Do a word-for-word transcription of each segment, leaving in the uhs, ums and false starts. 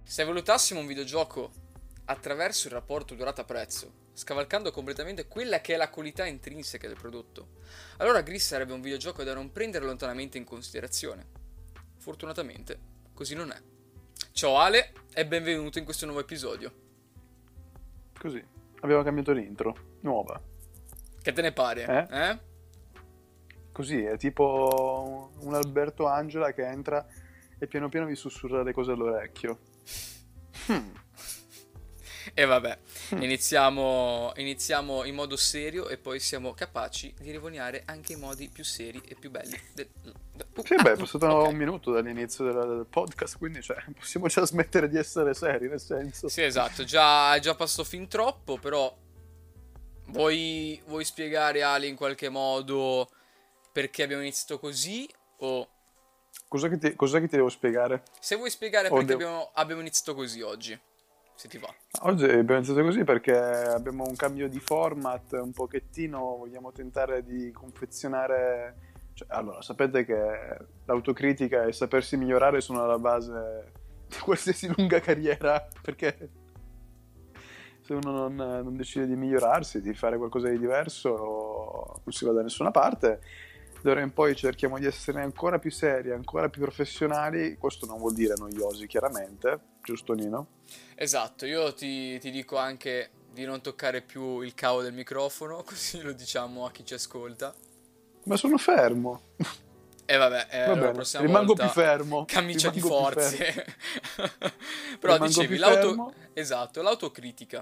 Se valutassimo un videogioco attraverso il rapporto durata-prezzo, scavalcando completamente quella che è la qualità intrinseca del prodotto, allora Gris sarebbe un videogioco da non prendere lontanamente in considerazione. Fortunatamente, così non è. Ciao Ale e benvenuto in questo nuovo episodio. Così, abbiamo cambiato l'intro, nuova. Che te ne pare? Eh? Eh? Così, è tipo un Alberto Angela che entra e piano piano vi sussurra le cose all'orecchio. Hmm. E vabbè, iniziamo, iniziamo in modo serio e poi siamo capaci di rivoniare anche i modi più seri e più belli. Del... Sì, beh, è passato okay. un minuto dall'inizio del, del podcast, quindi cioè, possiamo già smettere di essere seri, nel senso. Sì, esatto, già, è già passato fin troppo, però vuoi, vuoi spiegare Ale in qualche modo perché abbiamo iniziato così o... Cos'è che ti, cos'è che ti devo spiegare? Se vuoi spiegare O perché devo- abbiamo, abbiamo iniziato così oggi, se ti va. Oggi abbiamo iniziato così perché abbiamo un cambio di format, un pochettino vogliamo tentare di confezionare... Cioè, allora, sapete che l'autocritica e sapersi migliorare sono alla base di qualsiasi lunga carriera, perché se uno non, non decide di migliorarsi, di fare qualcosa di diverso, non si va da nessuna parte. D'ora in poi cerchiamo di essere ancora più seri, ancora più professionali. Questo non vuol dire noiosi, chiaramente, giusto Nino? Esatto, io ti, ti dico anche di non toccare più il cavo del microfono, così lo diciamo a chi ci ascolta. Ma sono fermo. E vabbè, eh, Va allora, bene, prossima rimango volta più fermo. camicia di rimango più forze. fermo. Però Rimango dicevi, più l'auto... fermo. Esatto, l'autocritica.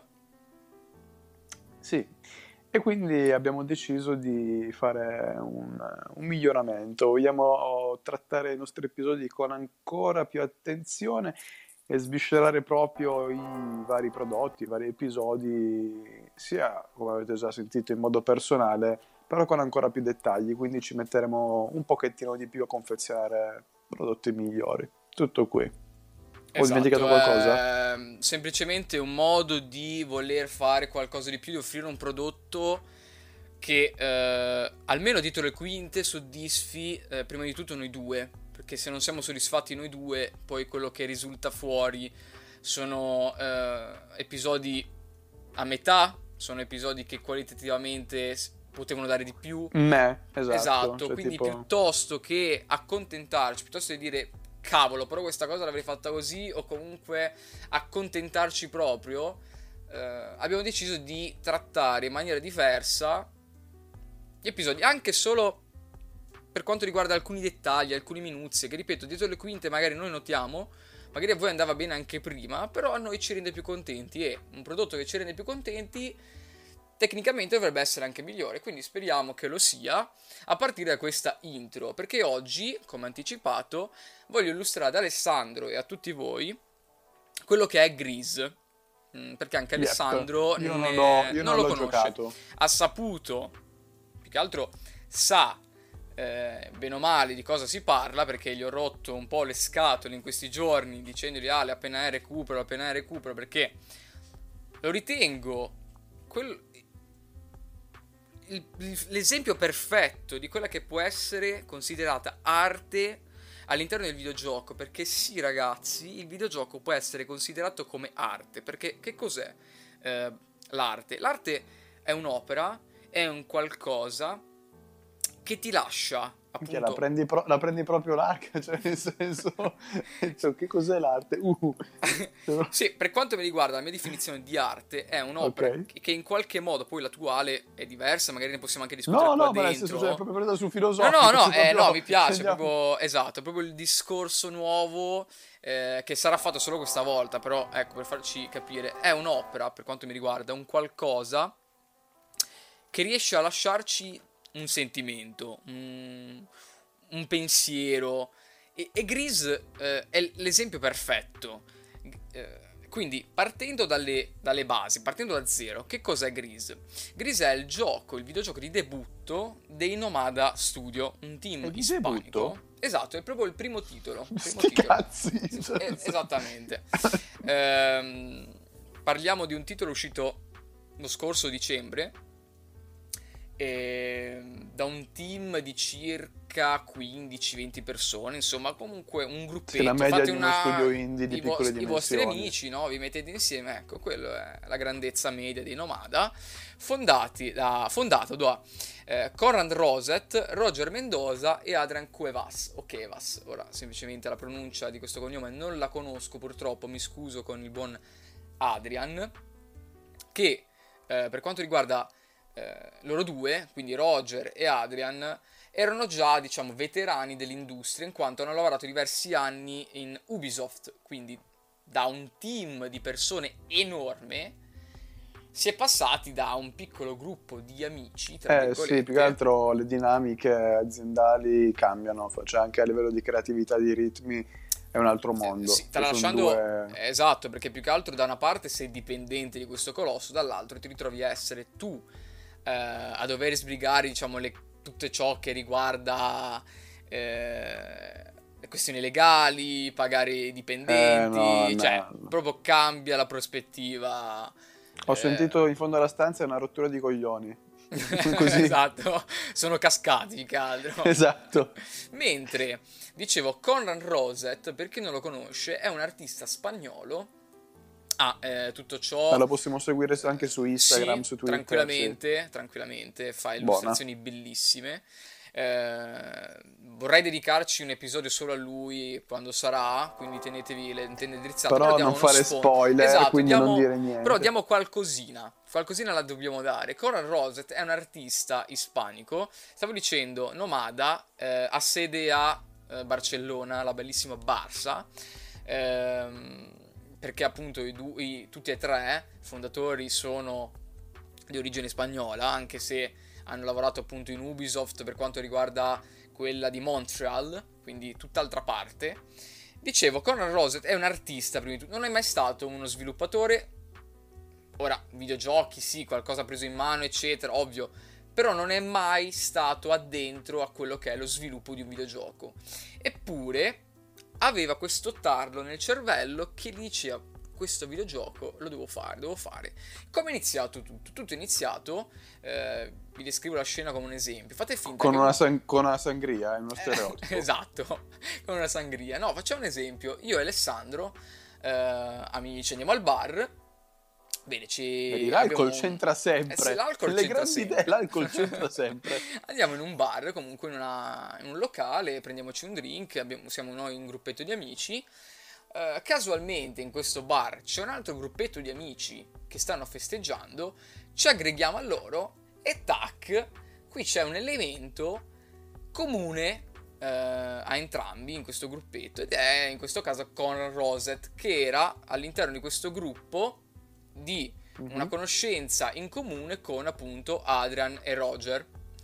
Sì, e quindi abbiamo deciso di fare un, un miglioramento. Vogliamo trattare i nostri episodi con ancora più attenzione e sviscerare proprio i vari prodotti, i vari episodi, sia come avete già sentito in modo personale, però con ancora più dettagli. Quindi ci metteremo un pochettino di più a confezionare prodotti migliori. Tutto qui. Ho dimenticato qualcosa? È semplicemente un modo di voler fare qualcosa di più, di offrire un prodotto che eh, almeno dietro le quinte soddisfi eh, prima di tutto noi due, perché se non siamo soddisfatti noi due, poi quello che risulta fuori sono eh, episodi a metà, sono episodi che qualitativamente s- potevano dare di più. Me, esatto. Esatto, Cioè, quindi tipo... piuttosto che accontentarci, piuttosto di dire cavolo, però questa cosa l'avrei fatta così, o comunque accontentarci proprio, eh, abbiamo deciso di trattare in maniera diversa gli episodi, anche solo per quanto riguarda alcuni dettagli, alcune minuzie, che ripeto, dietro le quinte magari noi notiamo, magari a voi andava bene anche prima, però a noi ci rende più contenti, e un prodotto che ci rende più contenti tecnicamente dovrebbe essere anche migliore, quindi speriamo che lo sia a partire da questa intro, perché oggi, come anticipato, voglio illustrare ad Alessandro e a tutti voi quello che è Gris, mm, perché anche Yep. Alessandro Io ne- non, l'ho, io non non lo l'ho conosce, giocato. ha saputo, più che altro sa eh, bene o male di cosa si parla, perché gli ho rotto un po' le scatole in questi giorni dicendogli Ale appena è recupero, appena è recupero, perché lo ritengo quel, il- il- l'esempio perfetto di quella che può essere considerata arte all'interno del videogioco, perché sì ragazzi, il videogioco può essere considerato come arte, perché che cos'è eh, l'arte? L'arte è un'opera, è un qualcosa che ti lascia Minchia, la appunto... prendi, pro- la prendi proprio larga, cioè nel senso, cioè, che cos'è l'arte? Uh, Sì, per quanto mi riguarda, la mia definizione di arte è un'opera ok. che che in qualche modo, poi l'attuale è diversa, magari ne possiamo anche discutere No, qua no, ma nel senso, cioè, dentro. proprio presa sul No, no, filosofico, no, cioè, eh, no, proprio mi piace, andiamo- proprio, esatto, proprio il discorso nuovo eh, che sarà fatto solo questa volta, però ecco, per farci capire, è un'opera, per quanto mi riguarda, un qualcosa che riesce a lasciarci un sentimento, un, un pensiero, e, e Gris eh, è l'esempio perfetto. Eh, quindi, partendo dalle, dalle basi, partendo da zero, che cos'è Gris? Gris è il gioco, il videogioco di debutto dei Nomada Studio, un team È di ispanico. debutto? Esatto, è proprio il primo titolo. Primo Sti titolo. cazzi, cioè, Eh, esattamente. Ehm, parliamo di un titolo uscito lo scorso dicembre, e, da un team di circa quindici venti persone, insomma comunque un gruppetto. Sì, la media Fate di uno una, studio indie di i, vo- piccole i vostri dimensioni. amici, no? Vi mettete insieme, ecco, quello è la grandezza media dei Nomada, fondati da, fondato da eh, Conrad Rosett, Roger Mendoza e Adrian Cuevas, o Cuevas, ora semplicemente la pronuncia di questo cognome non la conosco purtroppo, mi scuso con il buon Adrian, che eh, per quanto riguarda eh, loro due, quindi Roger e Adrian, erano già, diciamo, veterani dell'industria in quanto hanno lavorato diversi anni in Ubisoft, quindi da un team di persone enorme si è passati da un piccolo gruppo di amici, tra Eh sì, più che virgolette. altro le dinamiche aziendali cambiano, cioè anche a livello di creatività, di ritmi, è un altro Eh, mondo. sì, Cioè, sono tralasciando, due... eh, esatto, perché più che altro da una parte sei dipendente di questo colosso, dall'altro ti ritrovi a essere tu eh, a dover sbrigare, diciamo, le- tutto ciò che riguarda eh, le questioni legali, pagare i Eh no, dipendenti, cioè no. proprio cambia la prospettiva. Ho eh, sentito in fondo alla stanza è una rottura di coglioni. Così. Esatto, sono cascati più che altro. Esatto. Mentre, dicevo, Conrad Rosett, per chi non lo conosce, è un artista spagnolo. Ah, eh, tutto Ma ciò... lo possiamo seguire anche su Instagram, Sì, su Twitter. Sì. tranquillamente, tranquillamente, fa Buona. illustrazioni bellissime. Eh, vorrei dedicarci un episodio solo a lui quando sarà, quindi tenetevi le antenne drizzate. Però Però diamo non uno fare sfondo. spoiler, Esatto, quindi non diamo, dire però niente. diamo qualcosina. Qualcosina la dobbiamo dare. Conrad Rosett è un artista ispanico. Stavo dicendo, Nomada, eh, ha sede a eh, Barcellona, la bellissima Barça. Ehm, perché appunto i du- i- tutti e tre fondatori sono di origine spagnola, anche se hanno lavorato appunto in Ubisoft per quanto riguarda quella di Montreal, quindi tutt'altra parte. Dicevo, Conrad Rosett è un artista, prima di tutto, non è mai stato uno sviluppatore. Ora, videogiochi, sì, qualcosa preso in mano, eccetera, ovvio, però non è mai stato addentro a quello che è lo sviluppo di un videogioco. Eppure aveva questo tarlo nel cervello che gli diceva: questo videogioco lo devo fare, devo fare. Come è iniziato tutto? Tutto è iniziato, eh, vi descrivo la scena come un esempio. Fate finta Con che una, un- san- con una sangria, è uno eh, stereotipo. esatto, con una sangria. No, facciamo un esempio. Io e Alessandro, eh, amici, andiamo al bar. Bene, ci Vedi, abbiamo l'alcol un- c'entra Eh sempre. sì, l'alcol Le c'entra grandi idee, sempre. l'alcol c'entra sempre. Andiamo in un bar, comunque in, una- in un locale, prendiamoci un drink, abbiamo- siamo noi un gruppetto di amici. Eh, casualmente in questo bar c'è un altro gruppetto di amici che stanno festeggiando, ci aggreghiamo a loro e tac, qui c'è un elemento comune eh, a entrambi in questo gruppetto, ed è in questo caso Conrad Rosett, che era all'interno di questo gruppo di una Mhm. conoscenza in comune con appunto Adrian e Roger.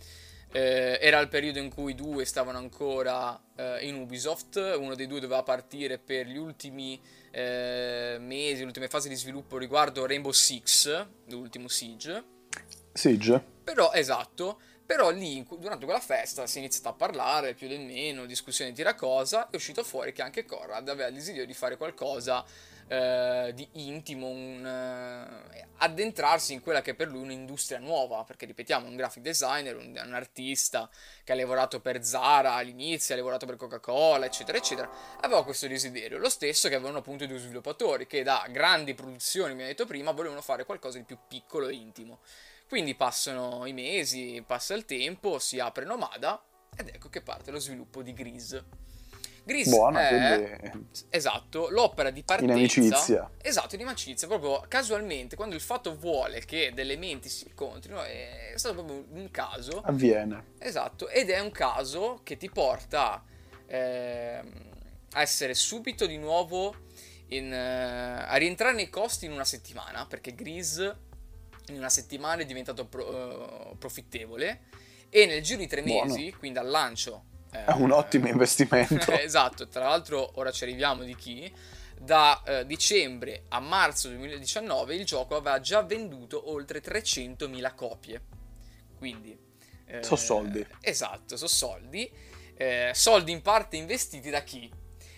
Eh, era il periodo in cui i due stavano ancora eh, in Ubisoft, uno dei due doveva partire per gli ultimi eh, mesi, le ultime fasi di sviluppo riguardo Rainbow Six, l'ultimo Siege. Siege. Però, esatto, però lì in cu- durante quella festa si è iniziato a parlare più del meno, discussione di tira cosa, è uscito fuori che anche Conrad aveva il desiderio di fare qualcosa eh, di intimo, un, eh, addentrarsi in quella che è per lui un'industria nuova, perché ripetiamo, è un graphic designer, un, un artista che ha lavorato per Zara all'inizio, ha lavorato per Coca-Cola, eccetera, eccetera, aveva questo desiderio, lo stesso che avevano appunto i due sviluppatori, che da grandi produzioni, mi ha detto prima, volevano fare qualcosa di più piccolo e intimo. Quindi passano i mesi, passa il tempo, si apre Nomada ed ecco che parte lo sviluppo di Grease. Grease Buona, è, quindi esatto, l'opera di in partenza. amicizia. Esatto, in amicizia, proprio casualmente, quando il fatto vuole che delle menti si incontrino, è stato proprio un caso. Avviene. Esatto, ed è un caso che ti porta ehm, a essere subito di nuovo in, eh, a rientrare nei costi in una settimana, perché Grease in una settimana è diventato pro- eh, profittevole, e nel giro di tre Buono. mesi, quindi dal lancio, È un ottimo investimento. esatto, tra l'altro ora ci arriviamo di chi, da eh, dicembre a marzo duemiladiciannove il gioco aveva già venduto oltre trecentomila copie, quindi eh, So soldi. esatto, so soldi, eh, soldi in parte investiti da chi?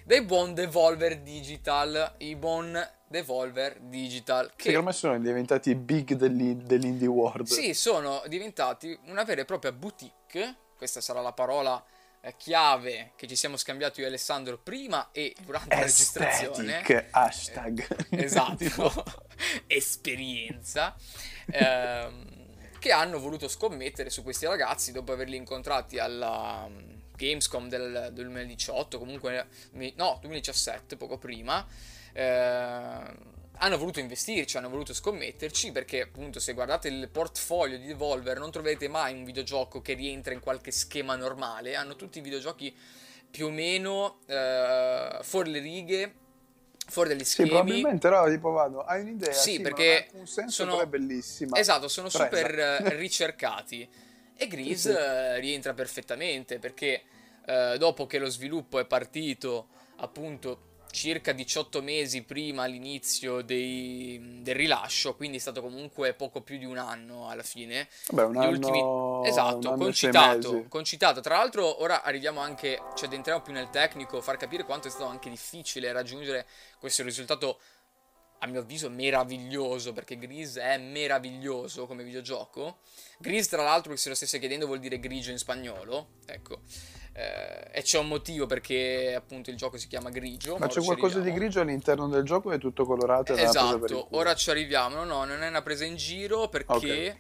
dei buon Devolver Digital, i buon Devolver Digital, che Sì, ormai sono diventati i big dell'in- dell'indie world. sì, sono diventati una vera e propria boutique, questa sarà la parola eh, chiave che ci siamo scambiati io e Alessandro prima e durante la registrazione. Aesthetic, hashtag. Eh, esatto, esperienza, ehm, che hanno voluto scommettere su questi ragazzi dopo averli incontrati alla um, Gamescom del duemiladiciotto, comunque no, duemiladiciassette, poco prima. Eh, hanno voluto investirci, hanno voluto scommetterci, perché appunto se guardate il portfolio di Devolver non troverete mai un videogioco che rientra in qualche schema normale. Hanno tutti i videogiochi più o meno eh, fuori le righe, fuori dagli Sì, schemi. probabilmente, però tipo vado, hai un'idea, Sì, sì, perché ma non ha alcun senso, sono, però è bellissima. esatto, sono Presa. super eh, ricercati. E Grease Sì, sì. eh, rientra perfettamente, perché eh, dopo che lo sviluppo è partito appunto circa diciotto mesi prima all'inizio dei- del rilascio, quindi è stato comunque poco più di un anno alla fine. Vabbè, un Gli ultimi, anno, un esatto, anno e sei concitato, mesi. concitato. Tra l'altro ora arriviamo anche, ci addentriamo più nel tecnico, far capire quanto è stato anche difficile raggiungere questo risultato, a mio avviso meraviglioso, perché Grease è meraviglioso come videogioco. Grease, tra l'altro, se lo stesse chiedendo, vuol dire grigio in spagnolo, ecco. Eh, e c'è un motivo perché appunto il gioco si chiama grigio, Ma ma c'è ora ci qualcosa di arriviamo. grigio all'interno del gioco e è tutto colorato ed è una presa per il Esatto, culo. ora ci arriviamo. No, no, non è una presa in giro, Ok. perché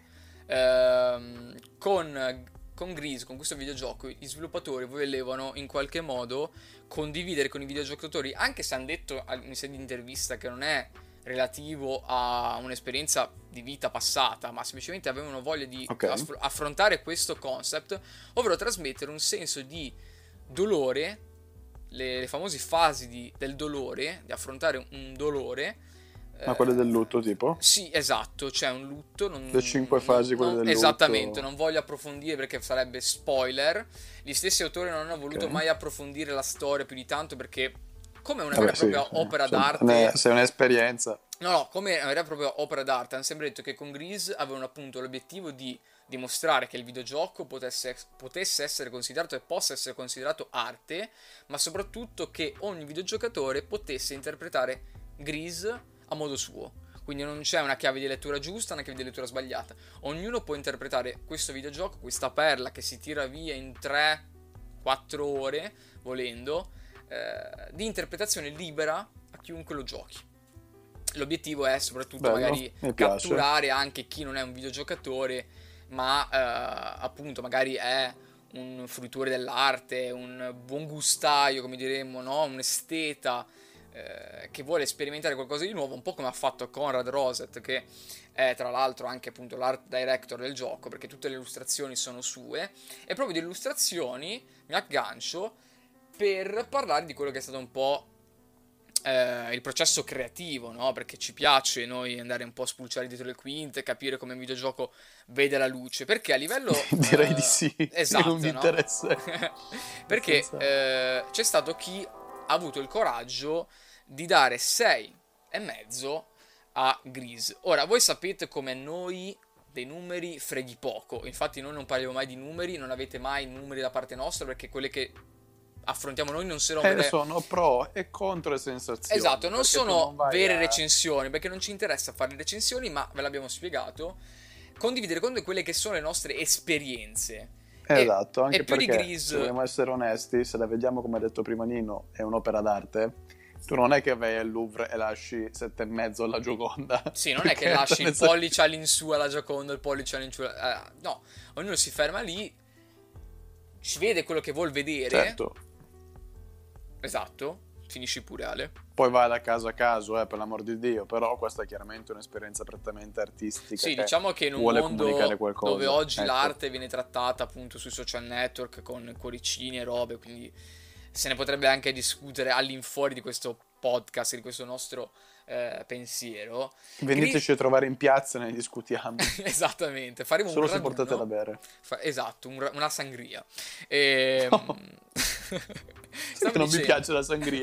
ehm, con, con Grease, con questo videogioco, gli sviluppatori volevano in qualche modo condividere con i videogiocatori, anche se hanno detto in sede di intervista che non è relativo a un'esperienza di vita passata, ma semplicemente avevano voglia di Ok. aff- affrontare questo concept, ovvero trasmettere un senso di dolore, le, le famose fasi di- del dolore, di affrontare un, un dolore. Ma quelle del eh, lutto, tipo? sì, esatto, c'è un lutto. Non, Le cinque non- fasi, quelle non- del esattamente, lutto. non voglio approfondire perché sarebbe spoiler. Gli stessi autori non hanno voluto Ok. mai approfondire la storia più di tanto, perché, come una vera Vabbè, e sì, propria sì. opera Cioè, d'arte. ne- se è un'esperienza. No, no, come una vera e propria opera d'arte, hanno sempre detto che con Grease avevano appunto l'obiettivo di dimostrare che il videogioco potesse, potesse essere considerato e possa essere considerato arte, ma soprattutto che ogni videogiocatore potesse interpretare Grease a modo suo. Quindi non c'è una chiave di lettura giusta, una chiave di lettura sbagliata. Ognuno può interpretare questo videogioco, questa perla che si tira via in tre quattro ore, volendo, eh, di interpretazione libera a chiunque lo giochi. L'obiettivo è soprattutto Bello, magari mi piace. catturare anche chi non è un videogiocatore, ma eh, appunto magari è un fruitore dell'arte, un buon gustaio, come diremmo, no? Un esteta eh, che vuole sperimentare qualcosa di nuovo, un po' come ha fatto Conrad Roset, che è tra l'altro anche appunto l'art director del gioco, perché tutte le illustrazioni sono sue, e proprio di illustrazioni mi aggancio per parlare di quello che è stato un po' eh, il processo creativo, no? Perché ci piace noi andare un po' a spulciare dietro le quinte, capire come un videogioco vede la luce, perché a livello Direi eh, di sì. esatto, Non mi no? interessa. Perché Abbastanza. eh, c'è stato chi ha avuto il coraggio di dare sei e mezzo a Grease. Ora, voi sapete come noi dei numeri freghi poco, infatti noi non parliamo mai di numeri, non avete mai numeri da parte nostra, perché quelle che affrontiamo noi non sono Eh, vere... sono pro e contro le sensazioni. Esatto, non perché tu sono non vai vere a- recensioni, perché non ci interessa fare recensioni, ma ve l'abbiamo spiegato, condividere con voi quelle che sono le nostre esperienze. Eh, E, Esatto, anche e più di perché, se Grease... vogliamo essere onesti, se la vediamo come ha detto prima Nino, è un'opera d'arte, tu non è che vai al Louvre e lasci sette e mezzo alla Gioconda. Sì, non è che Perché lasci ne il sai- pollice all'insù alla Gioconda, il pollice all'insù... eh, no, ognuno si ferma lì, ci vede quello che vuol vedere. Certo, Esatto, finisci pure Ale. poi vai da caso a caso, eh, per l'amor di Dio, però questa è chiaramente un'esperienza prettamente artistica. Sì, che diciamo che in un vuole mondo comunicare qualcosa. dove oggi Ecco. l'arte viene trattata appunto sui social network con cuoricini e robe, quindi se ne potrebbe anche discutere all'infuori di questo podcast, di questo nostro eh, pensiero. Veniteci a trovare in piazza e ne discutiamo. Esattamente, faremo Solo un se raduno. portate da bere. Fa- esatto, un ra- una sangria. E... No. Sai che non mi piace la sangria.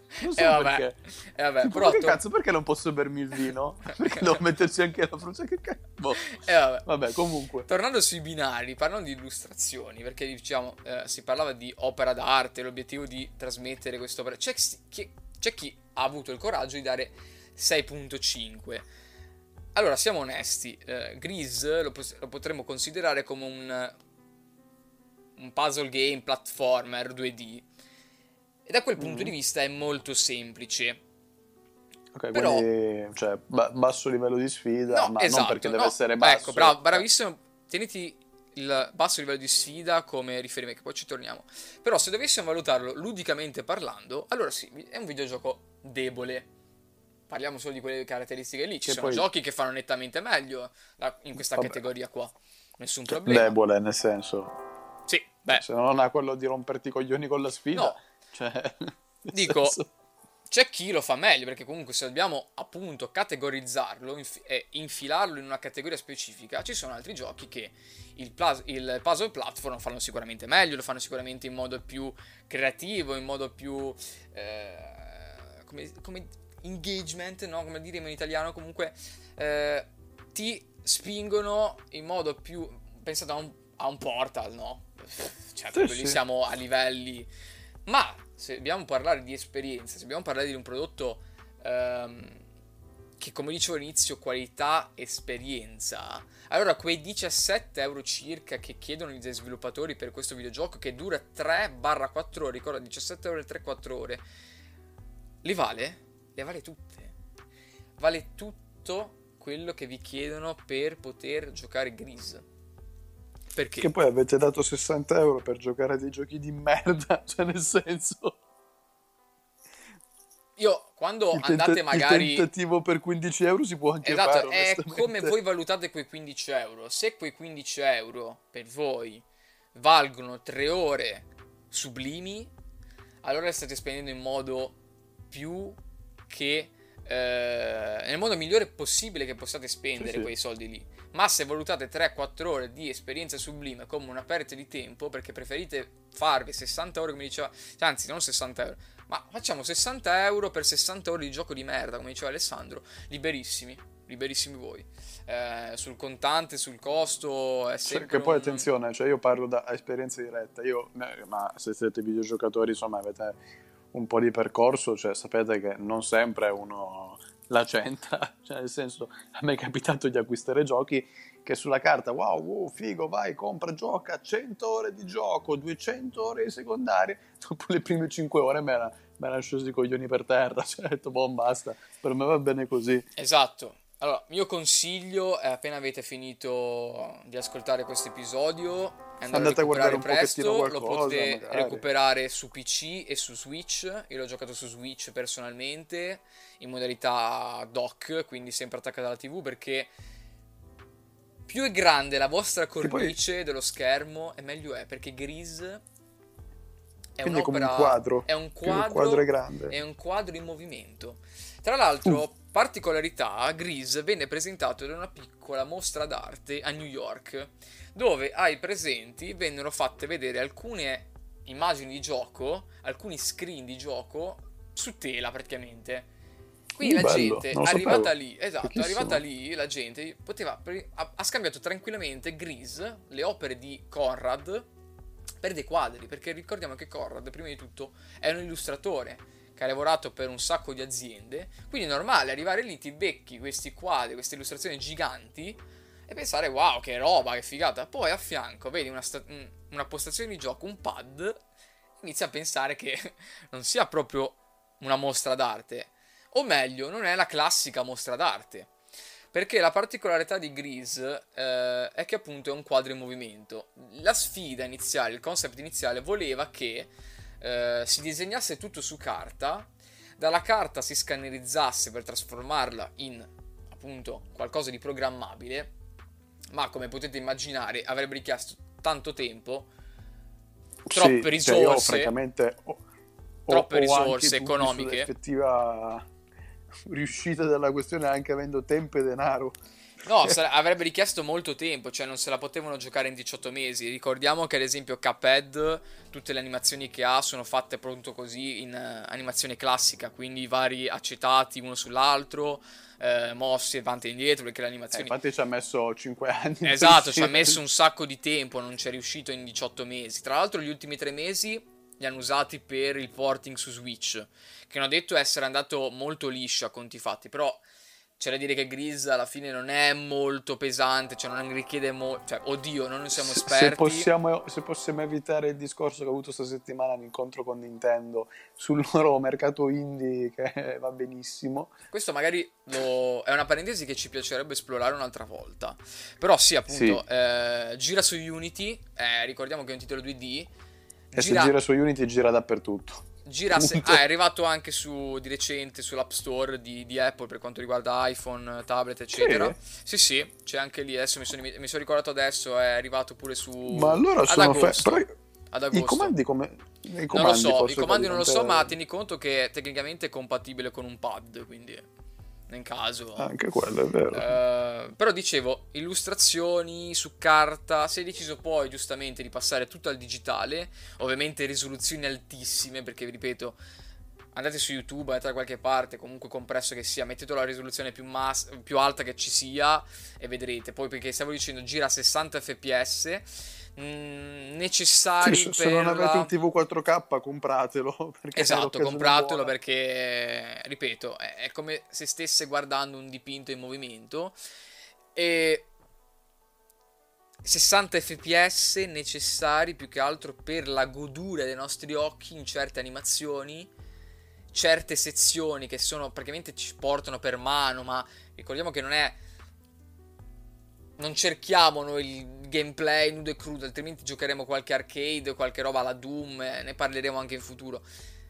Non so E vabbè, perché. e vabbè, Tipo, però ma che to- cazzo, perché non posso bermi il vino? Perché devo metterci anche la frutta? Che cazzo? Boh. e vabbè. Vabbè, comunque. Tornando sui binari, parlando di illustrazioni, perché diciamo eh, si parlava di opera d'arte, l'obiettivo di trasmettere quest'opera. C'è chi, c'è chi ha avuto il coraggio di dare sei virgola cinque. Allora, siamo onesti, eh, Gris lo, pos- lo potremmo considerare come un, un puzzle game platformer due D. E da quel punto Mm. di vista è molto semplice. Ok, Però, quindi, cioè, ba- basso livello di sfida, no, ma esatto, non perché deve no. essere basso. Ecco, bravo, eh. bravissimo. Teniti il basso livello di sfida come riferimento, che poi ci torniamo. Però se dovessimo valutarlo ludicamente parlando, allora sì, è un videogioco debole. Parliamo solo di quelle caratteristiche lì. Ci Che sono poi- giochi che fanno nettamente meglio la- in questa Vabbè. categoria qua. Nessun Cioè, problema. debole, nel senso, Sì, beh, se non ha quello di romperti i coglioni con la sfida, no. cioè, nel Dico, senso- c'è chi lo fa meglio, perché comunque se dobbiamo appunto categorizzarlo inf- e infilarlo in una categoria specifica, ci sono altri giochi che il, plas- il puzzle platform lo fanno sicuramente meglio, lo fanno sicuramente in modo più creativo, in modo più... eh, come, come engagement, no? Come diremo in italiano, comunque eh, ti spingono in modo più... Pensate a un, a un Portal, no? Cioè, Sì, proprio lì sì. siamo a livelli... Ma se dobbiamo parlare di esperienza, se dobbiamo parlare di un prodotto ehm, che, come dicevo all'inizio, qualità, esperienza, allora quei diciassette euro circa che chiedono gli sviluppatori per questo videogioco, che dura tre quattro ore, ricorda, diciassette euro e tre quattro ore, li vale? Le vale tutte. Vale tutto quello che vi chiedono per poter giocare Gris. Perché? Che poi avete dato sessanta euro per giocare a dei giochi di merda, cioè nel senso... Io, quando Il, tenta- andate magari... il tentativo per quindici euro si può anche Esatto, fare, è onestamente. come voi valutate quei quindici euro. Se quei quindici euro per voi valgono tre ore sublimi, allora le state spendendo in modo più che... eh, nel modo migliore possibile che possiate spendere Sì, sì. quei soldi lì. Ma se valutate tre quattro ore di esperienza sublime come una perdita di tempo, perché preferite farvi sessanta euro, come diceva... Cioè, anzi, non sessanta euro, ma facciamo sessanta euro per sessanta ore di gioco di merda, come diceva Alessandro, liberissimi, liberissimi voi. Eh, sul contante, sul costo, è Cioè, sempre che poi un- attenzione, cioè io parlo da esperienza diretta, io, eh, ma se siete videogiocatori, insomma, avete un po' di percorso, cioè sapete che non sempre uno la centra, cioè nel senso, a me è capitato di acquistare giochi che sulla carta, wow, wow, figo, vai, compra, gioca, cento ore di gioco, duecento ore di secondarie, dopo le prime cinque ore me la, me la sceso i coglioni per terra, cioè ho detto, boh, basta, per me va bene così. Esatto. Allora, mio consiglio è appena avete finito di ascoltare questo episodio, è andare Andate a a guardare recuperare un pochettino presto, lo qualcosa, potete magari. recuperare su P C e su Switch. Io l'ho giocato su Switch personalmente in modalità dock, quindi sempre attaccata alla T V, perché più è grande la vostra poi- cornice dello schermo e meglio è, perché Gris è Quindi è come un un'opera, quadro, è un più il quadro, quadro è grande. è un quadro in movimento. Tra l'altro, particolarità, Gris venne presentato da una piccola mostra d'arte a New York, dove ai presenti vennero fatte vedere alcune immagini di gioco, alcuni screen di gioco su tela praticamente. Quindi Uh, la bello, gente non lo arrivata sapevo. lì, esatto, Fichissimo. arrivata lì, la gente poteva pre- ha, ha scambiato tranquillamente Gris, le opere di Conrad, per dei quadri, perché ricordiamo che Conrad, prima di tutto, è un illustratore che ha lavorato per un sacco di aziende, quindi è normale arrivare lì, ti becchi questi quadri, queste illustrazioni giganti e pensare wow, che roba, che figata. Poi a fianco vedi una, sta- un- una postazione di gioco, un pad, inizi a pensare che non sia proprio una mostra d'arte, o meglio, non è la classica mostra d'arte. Perché la particolarità di Gris eh, è che appunto è un quadro in movimento. La sfida iniziale, il concept iniziale voleva che eh, si disegnasse tutto su carta, dalla carta si scannerizzasse per trasformarla in appunto qualcosa di programmabile, ma come potete immaginare avrebbe richiesto tanto tempo, troppe Sì, cioè io risorse, francamente ho, ho- troppe ho risorse anche dubbi economiche. sull'effettiva riuscita della questione anche avendo tempo e denaro. No, sare- avrebbe richiesto molto tempo, cioè non se la potevano giocare in diciotto mesi. Ricordiamo che ad esempio Cuphead, tutte le animazioni che ha sono fatte appunto così in eh, animazione classica, quindi i vari acetati uno sull'altro, eh, mossi avanti e indietro, perché le Eh, animazioni... infatti ci ha messo cinque anni per Esatto, ci ha uscire. messo un sacco di tempo, non ci è riuscito in diciotto mesi. Tra l'altro gli ultimi tre mesi li hanno usati per il porting su Switch, che hanno detto essere andato molto liscio a conti fatti, però c'è da dire che Grizz alla fine non è molto pesante, cioè non richiede molto, cioè oddio, noi non siamo Se, se esperti. possiamo, se possiamo evitare il discorso che ho avuto questa settimana all'incontro con Nintendo sul loro mercato indie, che va benissimo. Questo magari lo- è una parentesi che ci piacerebbe esplorare un'altra volta. Però sì, appunto, Sì. eh, gira su Unity, eh, ricordiamo che è un titolo due D, E se gira, gira su Unity gira dappertutto. gira se- Punto. ah, è arrivato anche su, di recente sull'App Store di, di Apple per quanto riguarda iPhone, tablet, eccetera. Sì, sì, c'è anche lì, adesso mi sono, mi sono ricordato adesso, è arrivato pure su... Ma allora ad sono fe- agosto. però Ad i agosto. comandi come i Non lo comandi so, forse i comandi non lo so, ma praticamente- tieni conto che tecnicamente è compatibile con un pad, quindi nel caso. anche quello è vero. Eh, però dicevo, illustrazioni su carta, si è deciso poi giustamente di passare tutto al digitale, ovviamente risoluzioni altissime, perché vi ripeto, andate su YouTube, andate da qualche parte, comunque compresso che sia, mettete la risoluzione più, mas- più alta che ci sia e vedrete. Poi perché stavo dicendo gira a sessanta fps, mh, necessari Sì, se, se per non avete la- un T V quattro K compratelo perché è Esatto, l'occasione compratelo buona. perché, ripeto, è, è come se stesse guardando un dipinto in movimento. E sessanta fps necessari più che altro per la godura dei nostri occhi in certe animazioni, certe sezioni che sono praticamente ci portano per mano, ma ricordiamo che non è... Non cerchiamo noi il gameplay nudo e crudo, altrimenti giocheremo qualche arcade, qualche roba alla Doom, eh, ne parleremo anche in futuro.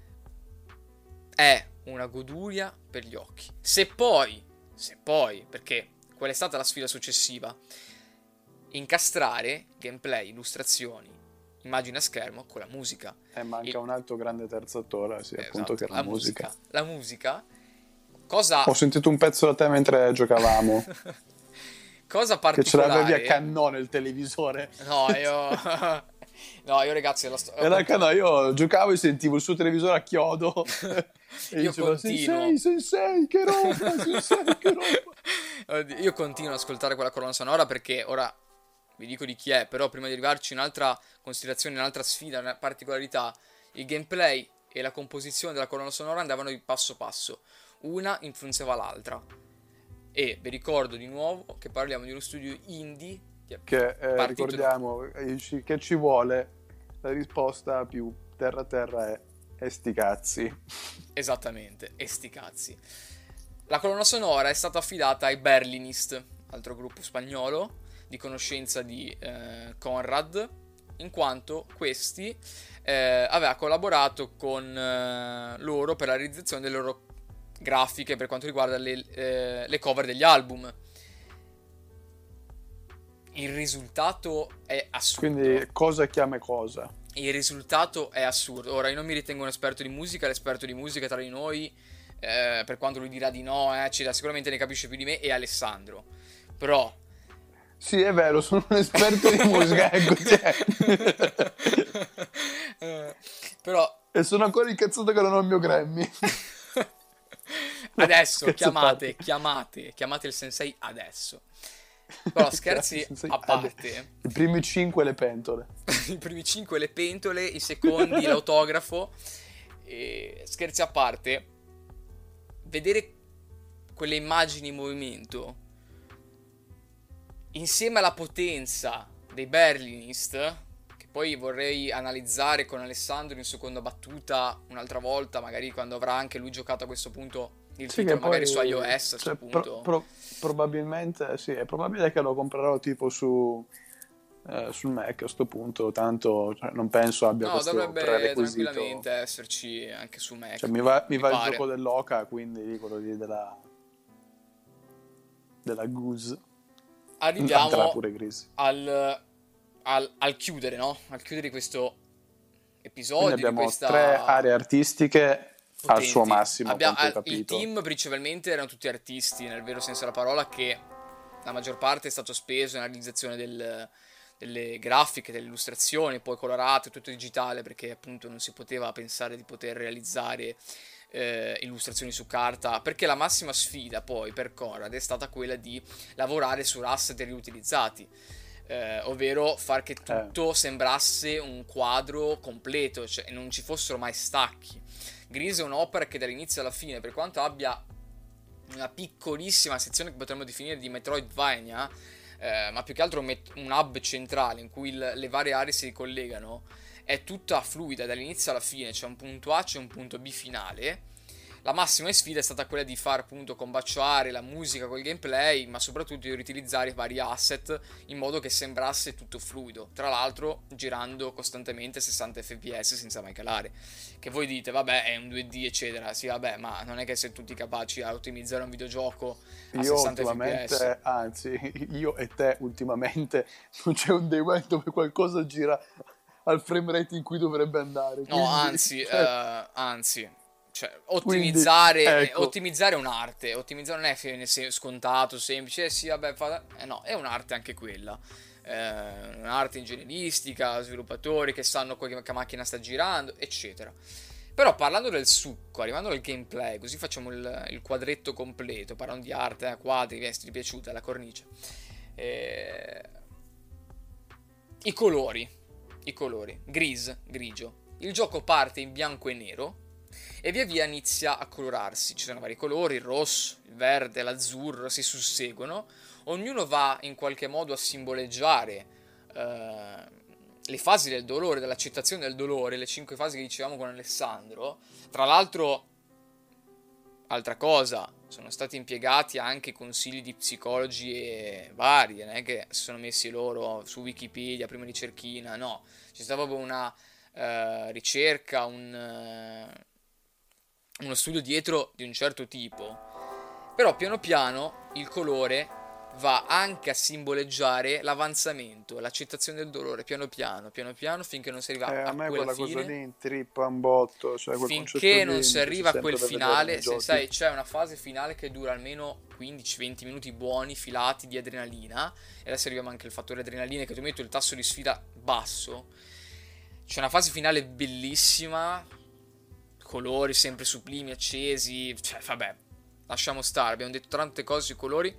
È una goduria per gli occhi. Se poi, se poi, perché qual è stata la sfida successiva? Incastrare gameplay, illustrazioni, immagine a schermo con la musica. E manca Il- un altro grande terzo attore, sì, appunto, Esatto, che è la, musica. La musica, cosa, Ho sentito un pezzo da te mentre giocavamo, cosa che ce l'avevi a particolare. cannone il televisore. No, io... No, io ragazzi, la sto... Era cannone, io giocavo e sentivo il suo televisore a chiodo e Io dicevo continuo. Sensei, Sensei, che roba, Sensei, che roba. Oddio, io continuo ad ascoltare quella colonna sonora perché ora vi dico di chi è, però prima di arrivarci un'altra considerazione, un'altra sfida, una particolarità, il gameplay e la composizione della colonna sonora andavano di passo passo, una influenzava l'altra. E vi ricordo di nuovo che parliamo di uno studio indie che, Che eh, partito ricordiamo eh, ci- che ci vuole, la risposta più terra terra è e sti cazzi. Esattamente, e sti cazzi. La colonna sonora è stata affidata ai Berlinist, altro gruppo spagnolo di conoscenza di eh, Conrad, in quanto questi eh, aveva collaborato con eh, loro per la realizzazione delle loro grafiche per quanto riguarda le, eh, le cover degli album. Il risultato è assurdo. Quindi cosa chiama cosa? Il risultato è assurdo. Ora, io non mi ritengo un esperto di musica, l'esperto di musica tra di noi, eh, per quanto lui dirà di no, eh, eccetera, sicuramente ne capisce più di me, è Alessandro. Però... Sì, è vero, sono un esperto di musica, ecco, cioè. Eh, però... E sono ancora incazzato che non ho il mio Grammy. Adesso, scherzo a chiamate, parte. chiamate, chiamate il sensei adesso. Però scherzi Sensei, a parte... I primi cinque le pentole. I primi cinque le pentole, i secondi l'autografo. E scherzi a parte, vedere quelle immagini in movimento insieme alla potenza dei Berlinist, che poi vorrei analizzare con Alessandro in seconda battuta un'altra volta, magari quando avrà anche lui giocato a questo punto il Sì, titolo, che magari poi, su iOS a questo cioè, punto. pro- pro- probabilmente sì, è probabile che lo comprerò tipo su eh, sul Mac a sto punto, tanto cioè, non penso abbia No, questo dovrebbe prerequisito. tranquillamente esserci anche su Mac. Cioè, mi va, mi mi va il pare. gioco dell'Oca, quindi quello lì della della Goose. Andrà Arriviamo pure Gris. al, al, al chiudere, no? Al chiudere questo Quindi episodio di abbiamo questa... tre aree artistiche al suo potenti. massimo, a Abbia- quanto ho ah, il capito. team principalmente erano tutti artisti, nel vero senso della parola, che la maggior parte è stato speso nella realizzazione del- delle grafiche, delle illustrazioni, poi colorate, tutto digitale, perché appunto non si poteva pensare di poter realizzare eh, illustrazioni su carta, perché la massima sfida poi per Conrad è stata quella di lavorare su asset riutilizzati, eh, ovvero far che Eh, tutto sembrasse un quadro completo, cioè non ci fossero mai stacchi. Grease è un'opera che dall'inizio alla fine, per quanto abbia una piccolissima sezione che potremmo definire di Metroidvania, eh, ma più che altro un, met- un hub centrale in cui il- le varie aree si collegano, è tutta fluida dall'inizio alla fine, c'è un punto A, c'è un punto B finale. La massima sfida è stata quella di far appunto combaciare la musica col gameplay, ma soprattutto di riutilizzare vari asset in modo che sembrasse tutto fluido. Tra l'altro girando costantemente sessanta effe pi esse senza mai calare. Che voi dite, vabbè, è un due D eccetera. Sì, vabbè, ma non è che siete tutti capaci a ottimizzare un videogioco a io sessanta effe pi esse. ultimamente, anzi, io e te ultimamente non c'è un day one dove qualcosa gira al frame rate in cui dovrebbe andare, No, quindi, anzi, cioè, eh, anzi, cioè, quindi ottimizzare, eh, ecco, ottimizzare è un'arte, ottimizzare non è fine- se- scontato, semplice, eh, sì, vabbè, fa- eh, no, è un'arte anche quella. Eh, un'arte ingegneristica, sviluppatori che sanno que- che macchina sta girando, eccetera. Però parlando del succo, arrivando al gameplay, così facciamo il, il quadretto completo, parlando di arte, eh, quadri, vesti, ti è piaciuta la cornice. Eh, I colori, i colori, gris, grigio. Il gioco parte in bianco e nero e via via inizia a colorarsi. Ci sono vari colori, il rosso, il verde, l'azzurro, si susseguono. Ognuno va in qualche modo a simboleggiare eh, le fasi del dolore, dell'accettazione del dolore, le cinque fasi che dicevamo con Alessandro. Tra l'altro, altra cosa, sono stati impiegati anche consigli di psicologi e vari, non è che si sono messi loro su Wikipedia, prima ricerchina, no, c'è stata proprio una eh, ricerca, un, eh, uno studio dietro di un certo tipo, però piano piano il colore va anche a simboleggiare l'avanzamento, l'accettazione del dolore, piano piano, piano piano, finché non si eh, arriva a a me quella quella cosa lì fine. intrippa un botto, cioè quel concetto Finché lì non si mi piace arriva a quel sempre vedere nei finale, se giochi. sai, c'è una fase finale che dura almeno quindici venti minuti buoni, filati di adrenalina, e adesso arriviamo anche al fattore adrenalina, che tu metti il tasso di sfida basso. C'è una fase finale bellissima, colori sempre sublimi, accesi, cioè vabbè, lasciamo stare, abbiamo detto tante cose sui colori,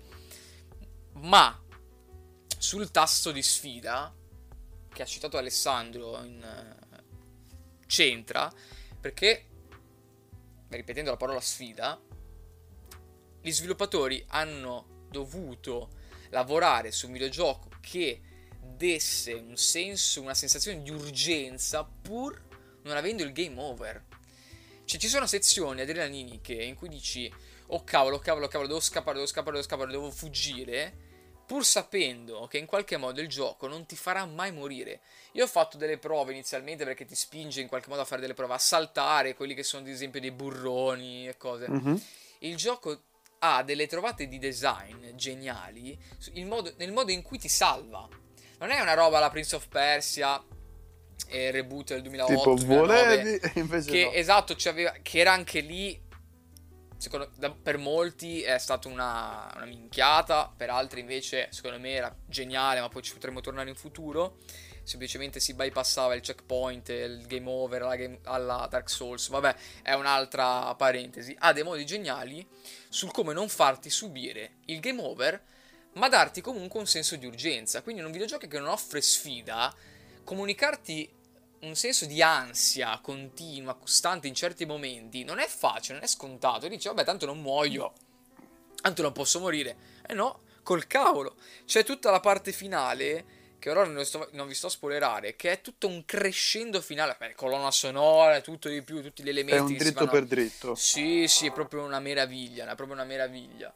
ma sul tasto di sfida, che ha citato Alessandro, in, eh, c'entra, perché, ripetendo la parola sfida, gli sviluppatori hanno dovuto lavorare su un videogioco che desse un senso, una sensazione di urgenza pur non avendo il game over. Cioè ci sono sezioni adrenaliniche in cui dici oh cavolo, cavolo, cavolo, devo scappare, devo scappare, devo scappare, devo fuggire, pur sapendo che in qualche modo il gioco non ti farà mai morire. Io ho fatto delle prove inizialmente perché ti spinge in qualche modo a fare delle prove, a saltare quelli che sono ad esempio dei burroni e cose. Mhm. Il gioco ha delle trovate di design geniali il modo- nel modo in cui ti salva. Non è una roba alla Prince of Persia e reboot del Tipo duemilaotto-duemilanove volevi e invece che no. esatto c'aveva, che era anche lì secondo, da- per molti è stata una, una minchiata, per altri invece secondo me era geniale, ma poi ci potremmo tornare in futuro. Semplicemente si bypassava il checkpoint, il game over alla, game- alla Dark Souls, vabbè, è un'altra parentesi. Ha dei modi geniali sul come non farti subire il game over, ma darti comunque un senso di urgenza. Quindi in un videogioco che non offre sfida, comunicarti un senso di ansia continua, costante in certi momenti, non è facile, non è scontato. E dici, vabbè, tanto non muoio, No. tanto non posso morire. E no, col cavolo. C'è tutta la parte finale, che ora non, sto- non vi sto a spoilerare, che è tutto un crescendo finale. Beh, colonna sonora, tutto di più, tutti gli È elementi un che si dritto vanno... per dritto. Sì, sì, è proprio una meraviglia, è proprio una meraviglia.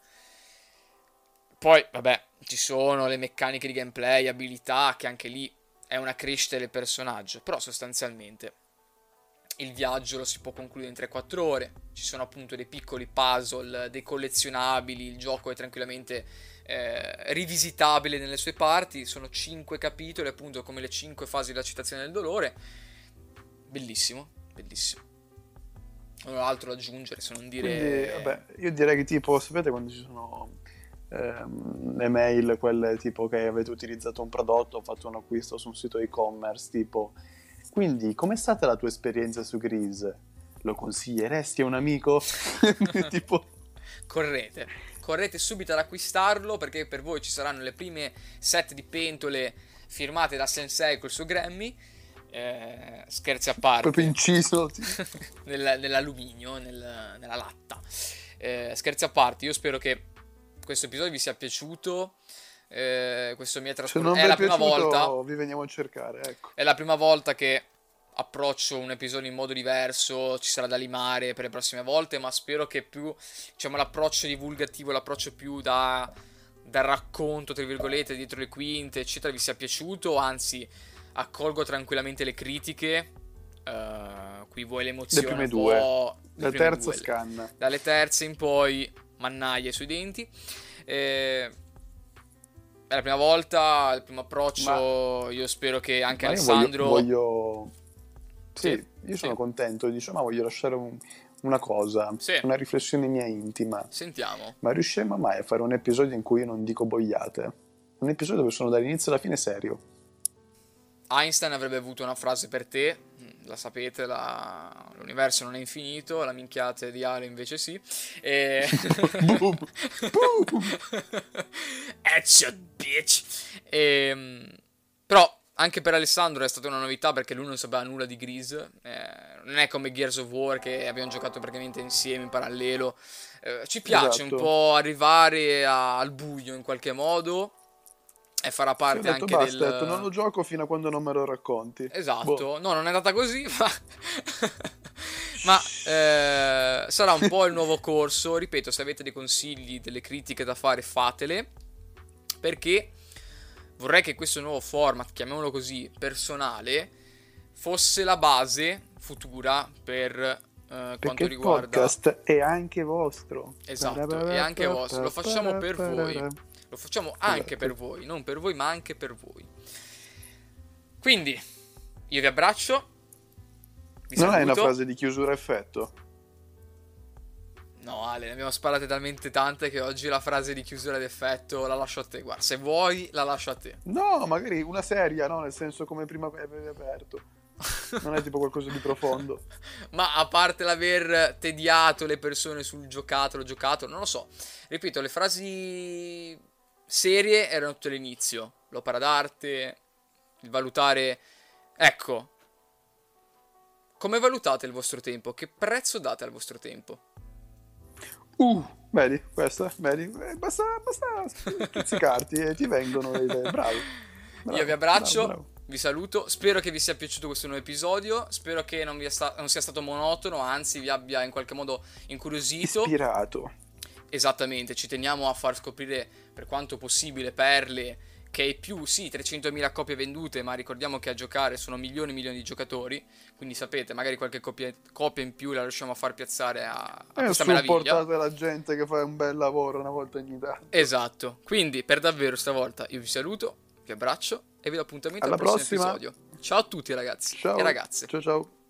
Poi, vabbè, ci sono le meccaniche di gameplay, abilità, che anche lì è una crescita del personaggio, però sostanzialmente il viaggio lo si può concludere in tre quattro ore, ci sono appunto dei piccoli puzzle, dei collezionabili, il gioco è tranquillamente eh, rivisitabile nelle sue parti, sono cinque capitoli appunto come le cinque fasi della citazione del dolore, bellissimo, bellissimo. Non ho altro da aggiungere se non Quindi, dire... vabbè, io direi che tipo, sapete quando ci sono ehm, le mail, quelle tipo che avete utilizzato un prodotto, o fatto un acquisto su un sito e-commerce, tipo, quindi com'è stata la tua esperienza su Grease? Lo consiglieresti a un amico? Tipo, Correte, correte subito ad acquistarlo perché per voi ci saranno le prime set di pentole firmate da Sensei col suo Grammy. Eh, scherzi a proprio parte, inciso. Tipo. nel- nell'alluminio, nel- nella latta. Eh, scherzi a parte, io spero che questo episodio vi sia piaciuto. Eh, questo mi è Se trascorso. non È vi è la prima volta. piaciuto, vi veniamo a cercare, ecco. È la prima volta che approccio un episodio in modo diverso, ci sarà da limare per le prossime volte, ma spero che più, diciamo, l'approccio divulgativo, l'approccio più da, da racconto, tra virgolette, dietro le quinte, eccetera, vi sia piaciuto, anzi, accolgo tranquillamente le critiche, uh, qui vuoi l'emozione Le prime un due, po', la prime terza due, scanna. dalle terze in poi, mannaie sui denti. Eh, è la prima volta, il primo approccio. Ma, io spero che anche Alessandro. Voglio, voglio... Sì, Sì, io sono sì. contento. Diciamo, ma voglio lasciare un, una cosa, Sì. una riflessione mia intima. Sentiamo. Ma riusciremo mai a fare un episodio in cui io non dico boiate? Un episodio dove sono dall'inizio alla fine serio. Einstein avrebbe avuto una frase per te, la sapete, la... l'universo non è infinito, la minchiata di Ale invece sì. E... Boom. Boom. Headshot, bitch! E... Però anche per Alessandro è stata una novità perché lui non sapeva nulla di Grease. Eh, non è come Gears of War che abbiamo giocato praticamente insieme in parallelo. Eh, ci piace Esatto. un po' arrivare a... al buio in qualche modo. E farà parte sì, ho detto, anche basta, del... ho detto, non lo gioco fino a quando non me lo racconti. Esatto, boh. no, non è andata così, ma, ma eh, sarà un po' il nuovo corso. Ripeto, se avete dei consigli, delle critiche da fare, fatele, perché vorrei che questo nuovo format, chiamiamolo così, personale, fosse la base futura per eh, quanto Perché riguarda... il podcast è anche vostro. Esatto, è anche vostro, lo facciamo per voi. Lo facciamo anche per voi, non per voi, ma anche per voi. Quindi, io vi abbraccio. Vi non saluto. hai una frase di chiusura effetto? No, Ale, ne abbiamo sparate talmente tante che oggi la frase di chiusura d'effetto la lascio a te. Guarda, se vuoi, la lascio a te. No, magari una seria, no? Nel senso come prima avevi aperto. Non è tipo qualcosa di profondo. Ma a parte l'aver tediato le persone sul giocato, giocato, non lo so. Ripeto, le frasi serie erano tutte all'inizio. L'opera d'arte, il valutare... Ecco, come valutate il vostro tempo? Che prezzo date al vostro tempo? Uh, vedi, questa, vedi, eh, basta, basta stuzzicarti e ti vengono le idee, bravo. bravo Io vi abbraccio, bravo, bravo. Vi saluto, spero che vi sia piaciuto questo nuovo episodio, spero che non, vi sta- non sia stato monotono, anzi vi abbia in qualche modo incuriosito. Ispirato. Esattamente, ci teniamo a far scoprire per quanto possibile perle che è più, sì, trecentomila copie vendute, ma ricordiamo che a giocare sono milioni e milioni di giocatori, quindi sapete, magari qualche copia, copia in più la riusciamo a far piazzare a, a E questa meraviglia. supportate la gente che fa un bel lavoro una volta ogni tanto. Esatto, quindi per davvero stavolta io vi saluto, vi abbraccio e vi do appuntamento Alla al prossimo prossima. episodio. Ciao a tutti ragazzi Ciao. e ragazze. Ciao ciao.